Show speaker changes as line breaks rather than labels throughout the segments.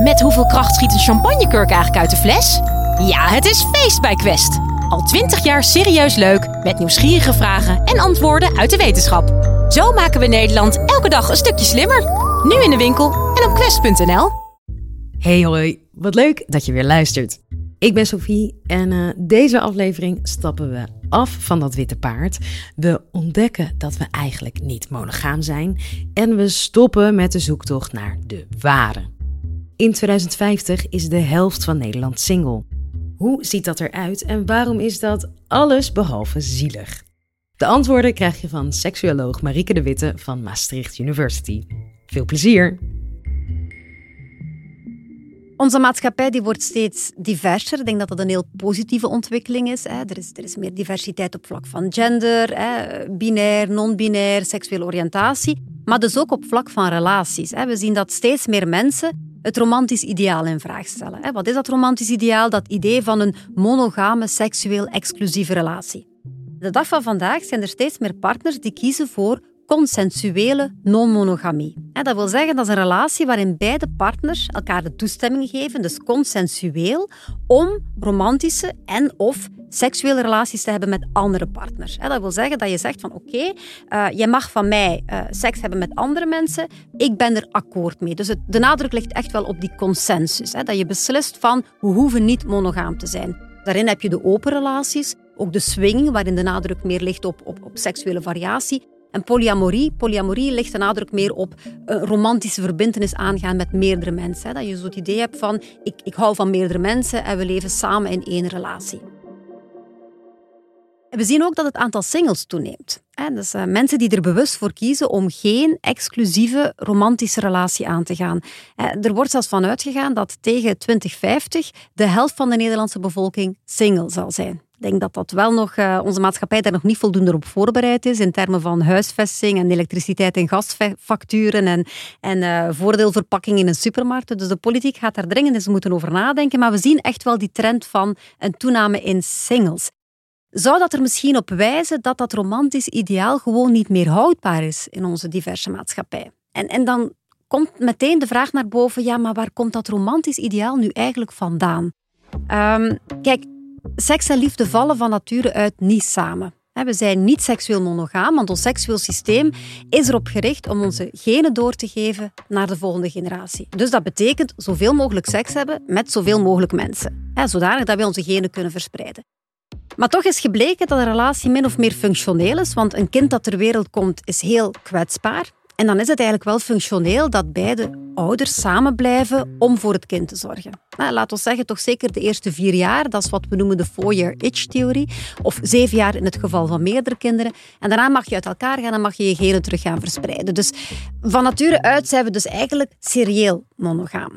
Met hoeveel kracht schiet een champagnekurk eigenlijk uit de fles? Ja, het is feest bij Quest. Al 20 jaar serieus leuk, met nieuwsgierige vragen en antwoorden uit de wetenschap. Zo maken we Nederland elke dag een stukje slimmer. Nu in de winkel en op quest.nl.
Hey hoi, wat leuk dat je weer luistert. Ik ben Sophie en deze aflevering stappen we af van dat witte paard. We ontdekken dat we eigenlijk niet monogaam zijn en we stoppen met de zoektocht naar de ware. In 2050 is de helft van Nederland single. Hoe ziet dat eruit en waarom is dat alles behalve zielig? De antwoorden krijg je van seksuoloog Marieke de Witte van Maastricht University. Veel plezier!
Onze maatschappij die wordt steeds diverser. Ik denk dat dat een heel positieve ontwikkeling is. Er is meer diversiteit op vlak van gender, binair, non-binair, seksuele oriëntatie. Maar dus ook op vlak van relaties. We zien dat steeds meer mensen het romantisch ideaal in vraag stellen. Wat is dat romantisch ideaal? Dat idee van een monogame, seksueel exclusieve relatie. De dag van vandaag zijn er steeds meer partners die kiezen voor consensuele non-monogamie. Dat wil zeggen dat is een relatie waarin beide partners elkaar de toestemming geven, dus consensueel, om romantische en of seksuele relaties te hebben met andere partners. Dat wil zeggen dat je zegt van oké, jij mag van mij seks hebben met andere mensen, ik ben er akkoord mee. Dus de nadruk ligt echt wel op die consensus. Dat je beslist van we hoeven niet monogaam te zijn. Daarin heb je de open relaties, ook de swing, waarin de nadruk meer ligt op seksuele variatie. En polyamorie ligt de nadruk meer op een romantische verbintenis aangaan met meerdere mensen. Dat je zo het idee hebt van, ik hou van meerdere mensen en we leven samen in één relatie. En we zien ook dat het aantal singles toeneemt. Dus mensen die er bewust voor kiezen om geen exclusieve romantische relatie aan te gaan. Er wordt zelfs van uitgegaan dat tegen 2050 de helft van de Nederlandse bevolking single zal zijn. Ik denk dat dat wel nog, onze maatschappij daar nog niet voldoende op voorbereid is in termen van huisvesting en elektriciteit- en gasfacturen en voordeelverpakking in een supermarkt. Dus de politiek gaat daar dringend eens moeten over nadenken. Maar we zien echt wel die trend van een toename in singles. Zou dat er misschien op wijzen dat dat romantisch ideaal gewoon niet meer houdbaar is in onze diverse maatschappij? En dan komt meteen de vraag naar boven, ja, maar waar komt dat romantisch ideaal nu eigenlijk vandaan? Kijk, seks en liefde vallen van nature uit niet samen. We zijn niet seksueel monogaam, want ons seksueel systeem is erop gericht om onze genen door te geven naar de volgende generatie. Dus dat betekent zoveel mogelijk seks hebben met zoveel mogelijk mensen. Zodanig dat wij onze genen kunnen verspreiden. Maar toch is gebleken dat een relatie min of meer functioneel is, want een kind dat ter wereld komt is heel kwetsbaar. En dan is het eigenlijk wel functioneel dat beide ouders samen blijven om voor het kind te zorgen. Laten we zeggen, toch zeker de eerste 4 jaar, dat is wat we noemen de 4-year-itch-theorie, of 7 jaar in het geval van meerdere kinderen. En daarna mag je uit elkaar gaan en mag je je genen terug gaan verspreiden. Dus van nature uit zijn we dus eigenlijk serieel monogaam.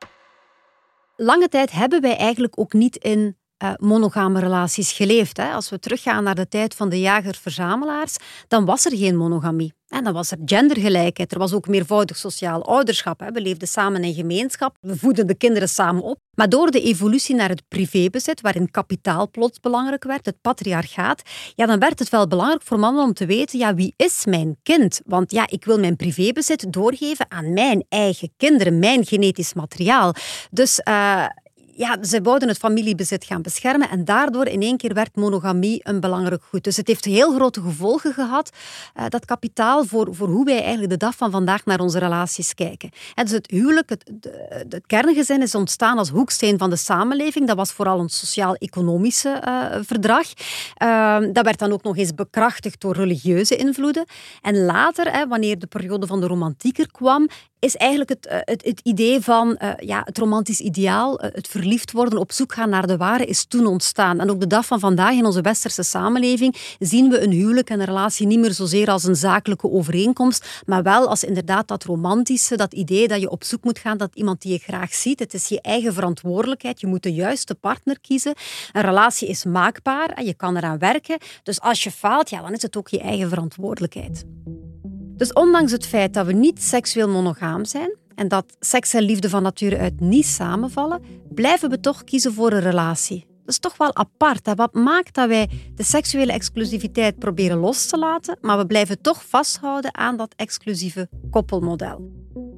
Lange tijd hebben wij eigenlijk ook niet in monogame relaties geleefd. Als we teruggaan naar de tijd van de jager-verzamelaars, dan was er geen monogamie. En dan was er gendergelijkheid. Er was ook meervoudig sociaal ouderschap. We leefden samen in gemeenschap. We voedden de kinderen samen op. Maar door de evolutie naar het privébezit, waarin kapitaal plots belangrijk werd, het patriarchaat, dan werd het wel belangrijk voor mannen om te weten, wie is mijn kind? Want ik wil mijn privébezit doorgeven aan mijn eigen kinderen, mijn genetisch materiaal. Dus ze wouden het familiebezit gaan beschermen en daardoor in één keer werd monogamie een belangrijk goed. Dus het heeft heel grote gevolgen gehad, dat kapitaal, voor hoe wij eigenlijk de dag van vandaag naar onze relaties kijken. Dus het huwelijk, het kerngezin is ontstaan als hoeksteen van de samenleving. Dat was vooral een sociaal-economische verdrag. Dat werd dan ook nog eens bekrachtigd door religieuze invloeden. En later, wanneer de periode van de romantiek er kwam, is eigenlijk het idee van het romantisch ideaal, het verliefd worden, op zoek gaan naar de ware, is toen ontstaan. En ook de dag van vandaag in onze westerse samenleving zien we een huwelijk en een relatie niet meer zozeer als een zakelijke overeenkomst, maar wel als inderdaad dat romantische, dat idee dat je op zoek moet gaan, dat iemand die je graag ziet. Het is je eigen verantwoordelijkheid. Je moet de juiste partner kiezen. Een relatie is maakbaar en je kan eraan werken. Dus als je faalt, dan is het ook je eigen verantwoordelijkheid. Dus ondanks het feit dat we niet seksueel monogaam zijn en dat seks en liefde van nature uit niet samenvallen, blijven we toch kiezen voor een relatie. Dat is toch wel apart. Wat maakt dat wij de seksuele exclusiviteit proberen los te laten, maar we blijven toch vasthouden aan dat exclusieve koppelmodel.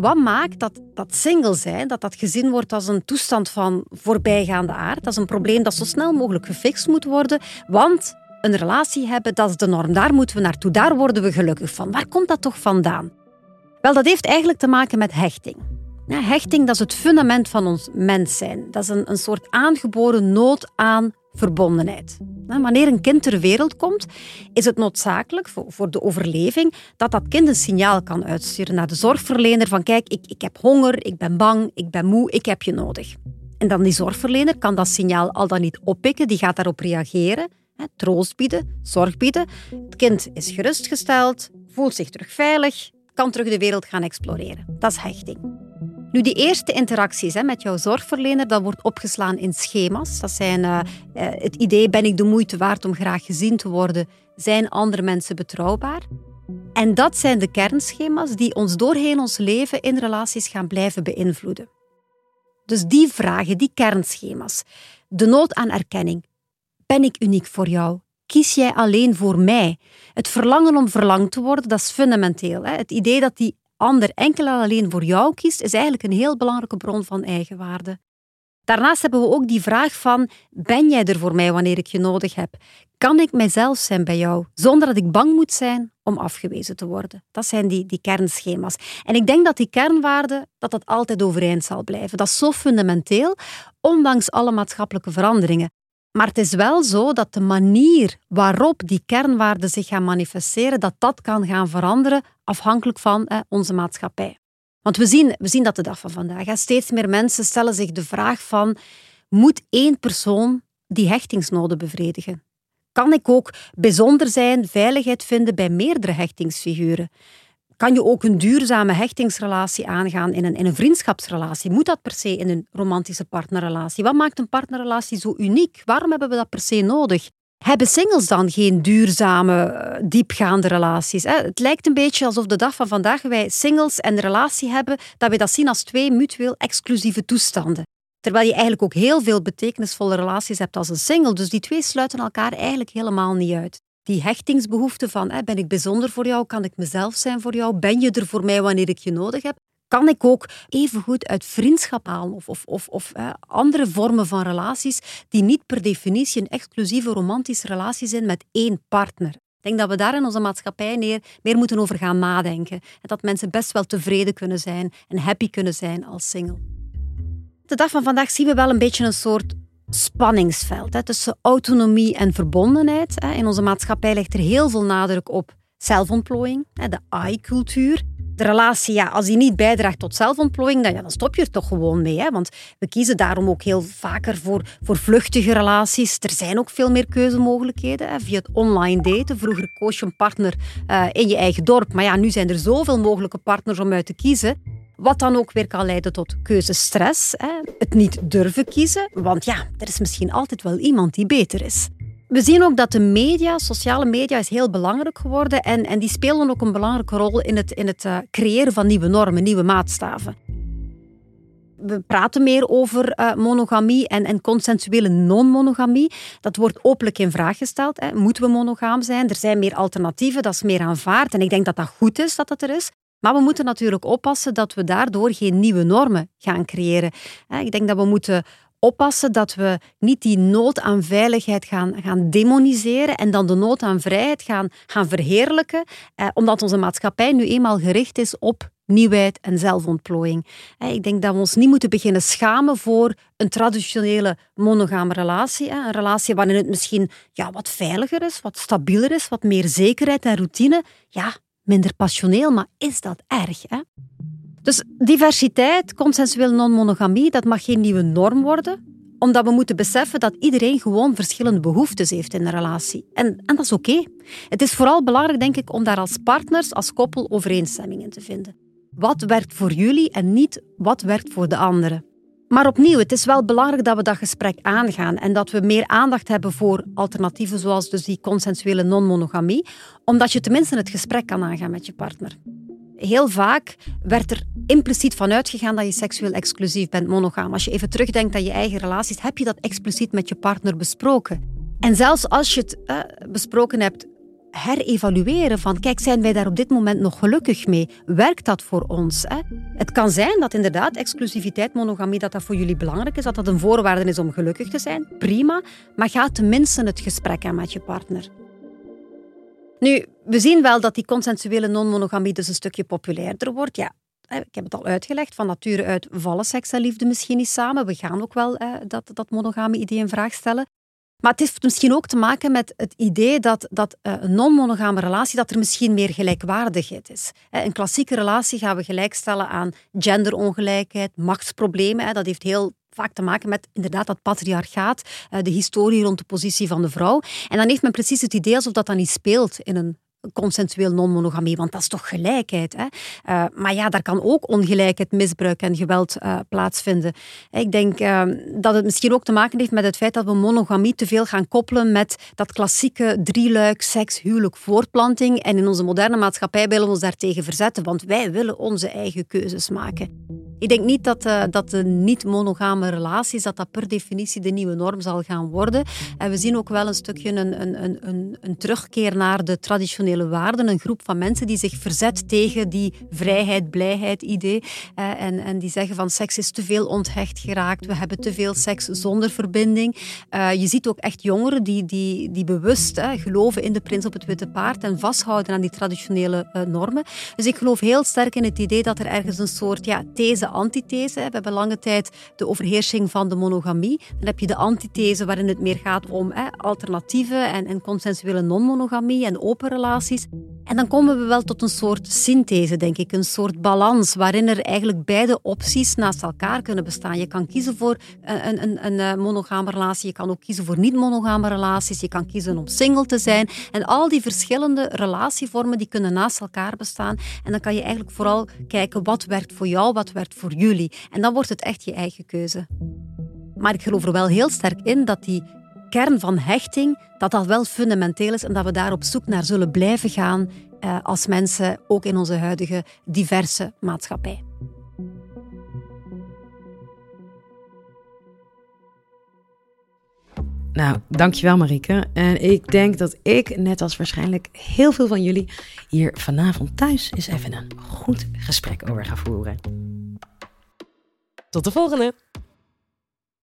Wat maakt dat single zijn, dat gezien wordt als een toestand van voorbijgaande aard? Dat is een probleem dat zo snel mogelijk gefixt moet worden, want een relatie hebben, dat is de norm. Daar moeten we naartoe, daar worden we gelukkig van. Waar komt dat toch vandaan? Wel, dat heeft eigenlijk te maken met hechting. Ja, hechting, dat is het fundament van ons mens zijn. Dat is een soort aangeboren nood aan verbondenheid. Wanneer een kind ter wereld komt, is het noodzakelijk voor de overleving dat kind een signaal kan uitsturen naar de zorgverlener van kijk, ik heb honger, ik ben bang, ik ben moe, ik heb je nodig. En dan die zorgverlener kan dat signaal al dan niet oppikken, die gaat daarop reageren, troost bieden, zorg bieden. Het kind is gerustgesteld, voelt zich terug veilig, kan terug de wereld gaan exploreren. Dat is hechting. Nu, die eerste interacties met jouw zorgverlener, dat wordt opgeslaan in schema's. Dat zijn het idee, ben ik de moeite waard om graag gezien te worden? Zijn andere mensen betrouwbaar? En dat zijn de kernschema's die ons doorheen ons leven in relaties gaan blijven beïnvloeden. Dus die vragen, die kernschema's. De nood aan erkenning. Ben ik uniek voor jou? Kies jij alleen voor mij? Het verlangen om verlangd te worden, dat is fundamenteel. Het idee dat die ander enkel en alleen voor jou kiest, is eigenlijk een heel belangrijke bron van eigenwaarde. Daarnaast hebben we ook die vraag van, ben jij er voor mij wanneer ik je nodig heb? Kan ik mijzelf zijn bij jou, zonder dat ik bang moet zijn om afgewezen te worden? Dat zijn die kernschema's. En ik denk dat die kernwaarden, dat altijd overeind zal blijven. Dat is zo fundamenteel, ondanks alle maatschappelijke veranderingen. Maar het is wel zo dat de manier waarop die kernwaarden zich gaan manifesteren, dat kan gaan veranderen afhankelijk van onze maatschappij. Want we zien dat de dag van vandaag. Steeds meer mensen stellen zich de vraag van, moet één persoon die hechtingsnoden bevredigen? Kan ik ook bijzonder zijn, veiligheid vinden bij meerdere hechtingsfiguren? Kan je ook een duurzame hechtingsrelatie aangaan in een vriendschapsrelatie? Moet dat per se in een romantische partnerrelatie? Wat maakt een partnerrelatie zo uniek? Waarom hebben we dat per se nodig? Hebben singles dan geen duurzame, diepgaande relaties? Het lijkt een beetje alsof de dag van vandaag wij singles en de relatie hebben, dat we dat zien als twee mutueel exclusieve toestanden. Terwijl je eigenlijk ook heel veel betekenisvolle relaties hebt als een single. Dus die twee sluiten elkaar eigenlijk helemaal niet uit. Die hechtingsbehoefte van, ben ik bijzonder voor jou? Kan ik mezelf zijn voor jou? Ben je er voor mij wanneer ik je nodig heb? Kan ik ook evengoed uit vriendschap halen of andere vormen van relaties die niet per definitie een exclusieve romantische relatie zijn met één partner? Ik denk dat we daar in onze maatschappij meer moeten over gaan nadenken. En dat mensen best wel tevreden kunnen zijn en happy kunnen zijn als single. De dag van vandaag zien we wel een beetje een soort spanningsveld tussen autonomie en verbondenheid. In onze maatschappij ligt er heel veel nadruk op zelfontplooiing, de I-cultuur. De relatie, als die niet bijdraagt tot zelfontplooiing, dan stop je er toch gewoon mee. Want we kiezen daarom ook heel vaker voor vluchtige relaties. Er zijn ook veel meer keuzemogelijkheden via het online daten. Vroeger koos je een partner in je eigen dorp. Maar nu zijn er zoveel mogelijke partners om uit te kiezen. Wat dan ook weer kan leiden tot keuzestress. Het niet durven kiezen. Want er is misschien altijd wel iemand die beter is. We zien ook dat de media, sociale media, is heel belangrijk geworden. En die spelen ook een belangrijke rol in het creëren van nieuwe normen, nieuwe maatstaven. We praten meer over monogamie en consensuele non-monogamie. Dat wordt openlijk in vraag gesteld. Moeten we monogaam zijn? Er zijn meer alternatieven, dat is meer aanvaard. En ik denk dat dat goed is dat dat er is. Maar we moeten natuurlijk oppassen dat we daardoor geen nieuwe normen gaan creëren. Ik denk dat we moeten oppassen dat we niet die nood aan veiligheid gaan demoniseren en dan de nood aan vrijheid gaan verheerlijken, omdat onze maatschappij nu eenmaal gericht is op nieuwheid en zelfontplooiing. Ik denk dat we ons niet moeten beginnen schamen voor een traditionele monogame relatie. Een relatie waarin het misschien wat veiliger is, wat stabieler is, wat meer zekerheid en routine. Minder passioneel, maar is dat erg? Dus diversiteit, consensueel non-monogamie, dat mag geen nieuwe norm worden, omdat we moeten beseffen dat iedereen gewoon verschillende behoeftes heeft in een relatie. En dat is oké. Het is vooral belangrijk, denk ik, om daar als partners, als koppel overeenstemming in te vinden. Wat werkt voor jullie en niet wat werkt voor de anderen? Maar opnieuw, het is wel belangrijk dat we dat gesprek aangaan en dat we meer aandacht hebben voor alternatieven zoals dus die consensuele non-monogamie, omdat je tenminste het gesprek kan aangaan met je partner. Heel vaak werd er impliciet van uitgegaan dat je seksueel exclusief bent, monogaam. Als je even terugdenkt aan je eigen relaties, heb je dat expliciet met je partner besproken. En zelfs als je het besproken hebt herevalueren van, kijk, zijn wij daar op dit moment nog gelukkig mee? Werkt dat voor ons? Hè? Het kan zijn dat inderdaad exclusiviteit, monogamie, dat voor jullie belangrijk is, dat dat een voorwaarde is om gelukkig te zijn. Prima, maar ga tenminste het gesprek aan met je partner. Nu, we zien wel dat die consensuele non-monogamie dus een stukje populairder wordt. Ja, ik heb het al uitgelegd, van nature uit vallen seks en liefde misschien niet samen. We gaan ook wel dat monogame idee in vraag stellen. Maar het heeft misschien ook te maken met het idee dat een non-monogame relatie, dat er misschien meer gelijkwaardigheid is. Een klassieke relatie gaan we gelijkstellen aan genderongelijkheid, machtsproblemen. Dat heeft heel vaak te maken met inderdaad dat patriarchaat, de historie rond de positie van de vrouw. En dan heeft men precies het idee alsof dat dan niet speelt in een consensueel non-monogamie, want dat is toch gelijkheid. Hè? Maar ja, daar kan ook ongelijkheid, misbruik en geweld plaatsvinden. Ik denk dat het misschien ook te maken heeft met het feit dat we monogamie te veel gaan koppelen met dat klassieke drieluik, seks, huwelijk, voortplanting. En in onze moderne maatschappij willen we ons daartegen verzetten, want wij willen onze eigen keuzes maken. Ik denk niet dat de niet-monogame relaties, dat per definitie de nieuwe norm zal gaan worden. En we zien ook wel een stukje een terugkeer naar de traditionele waarden. Een groep van mensen die zich verzet tegen die vrijheid, blijheid idee. En die zeggen van seks is te veel onthecht geraakt. We hebben te veel seks zonder verbinding. Je ziet ook echt jongeren die bewust geloven in de prins op het witte paard en vasthouden aan die traditionele normen. Dus ik geloof heel sterk in het idee dat er ergens een soort these-antithese. We hebben lange tijd de overheersing van de monogamie. Dan heb je de antithese waarin het meer gaat om alternatieven en consensuele non-monogamie en open relaties. En dan komen we wel tot een soort synthese, denk ik. Een soort balans waarin er eigenlijk beide opties naast elkaar kunnen bestaan. Je kan kiezen voor een monogame relatie. Je kan ook kiezen voor niet-monogame relaties. Je kan kiezen om single te zijn. En al die verschillende relatievormen die kunnen naast elkaar bestaan. En dan kan je eigenlijk vooral kijken wat werkt voor jou, wat werkt voor jullie. En dan wordt het echt je eigen keuze. Maar ik geloof er wel heel sterk in dat die kern van hechting, dat wel fundamenteel is en dat we daar op zoek naar zullen blijven gaan als mensen, ook in onze huidige diverse maatschappij.
Nou, dankjewel Marieke. En ik denk dat ik, net als waarschijnlijk heel veel van jullie, hier vanavond thuis eens even een goed gesprek over ga voeren. Tot de volgende!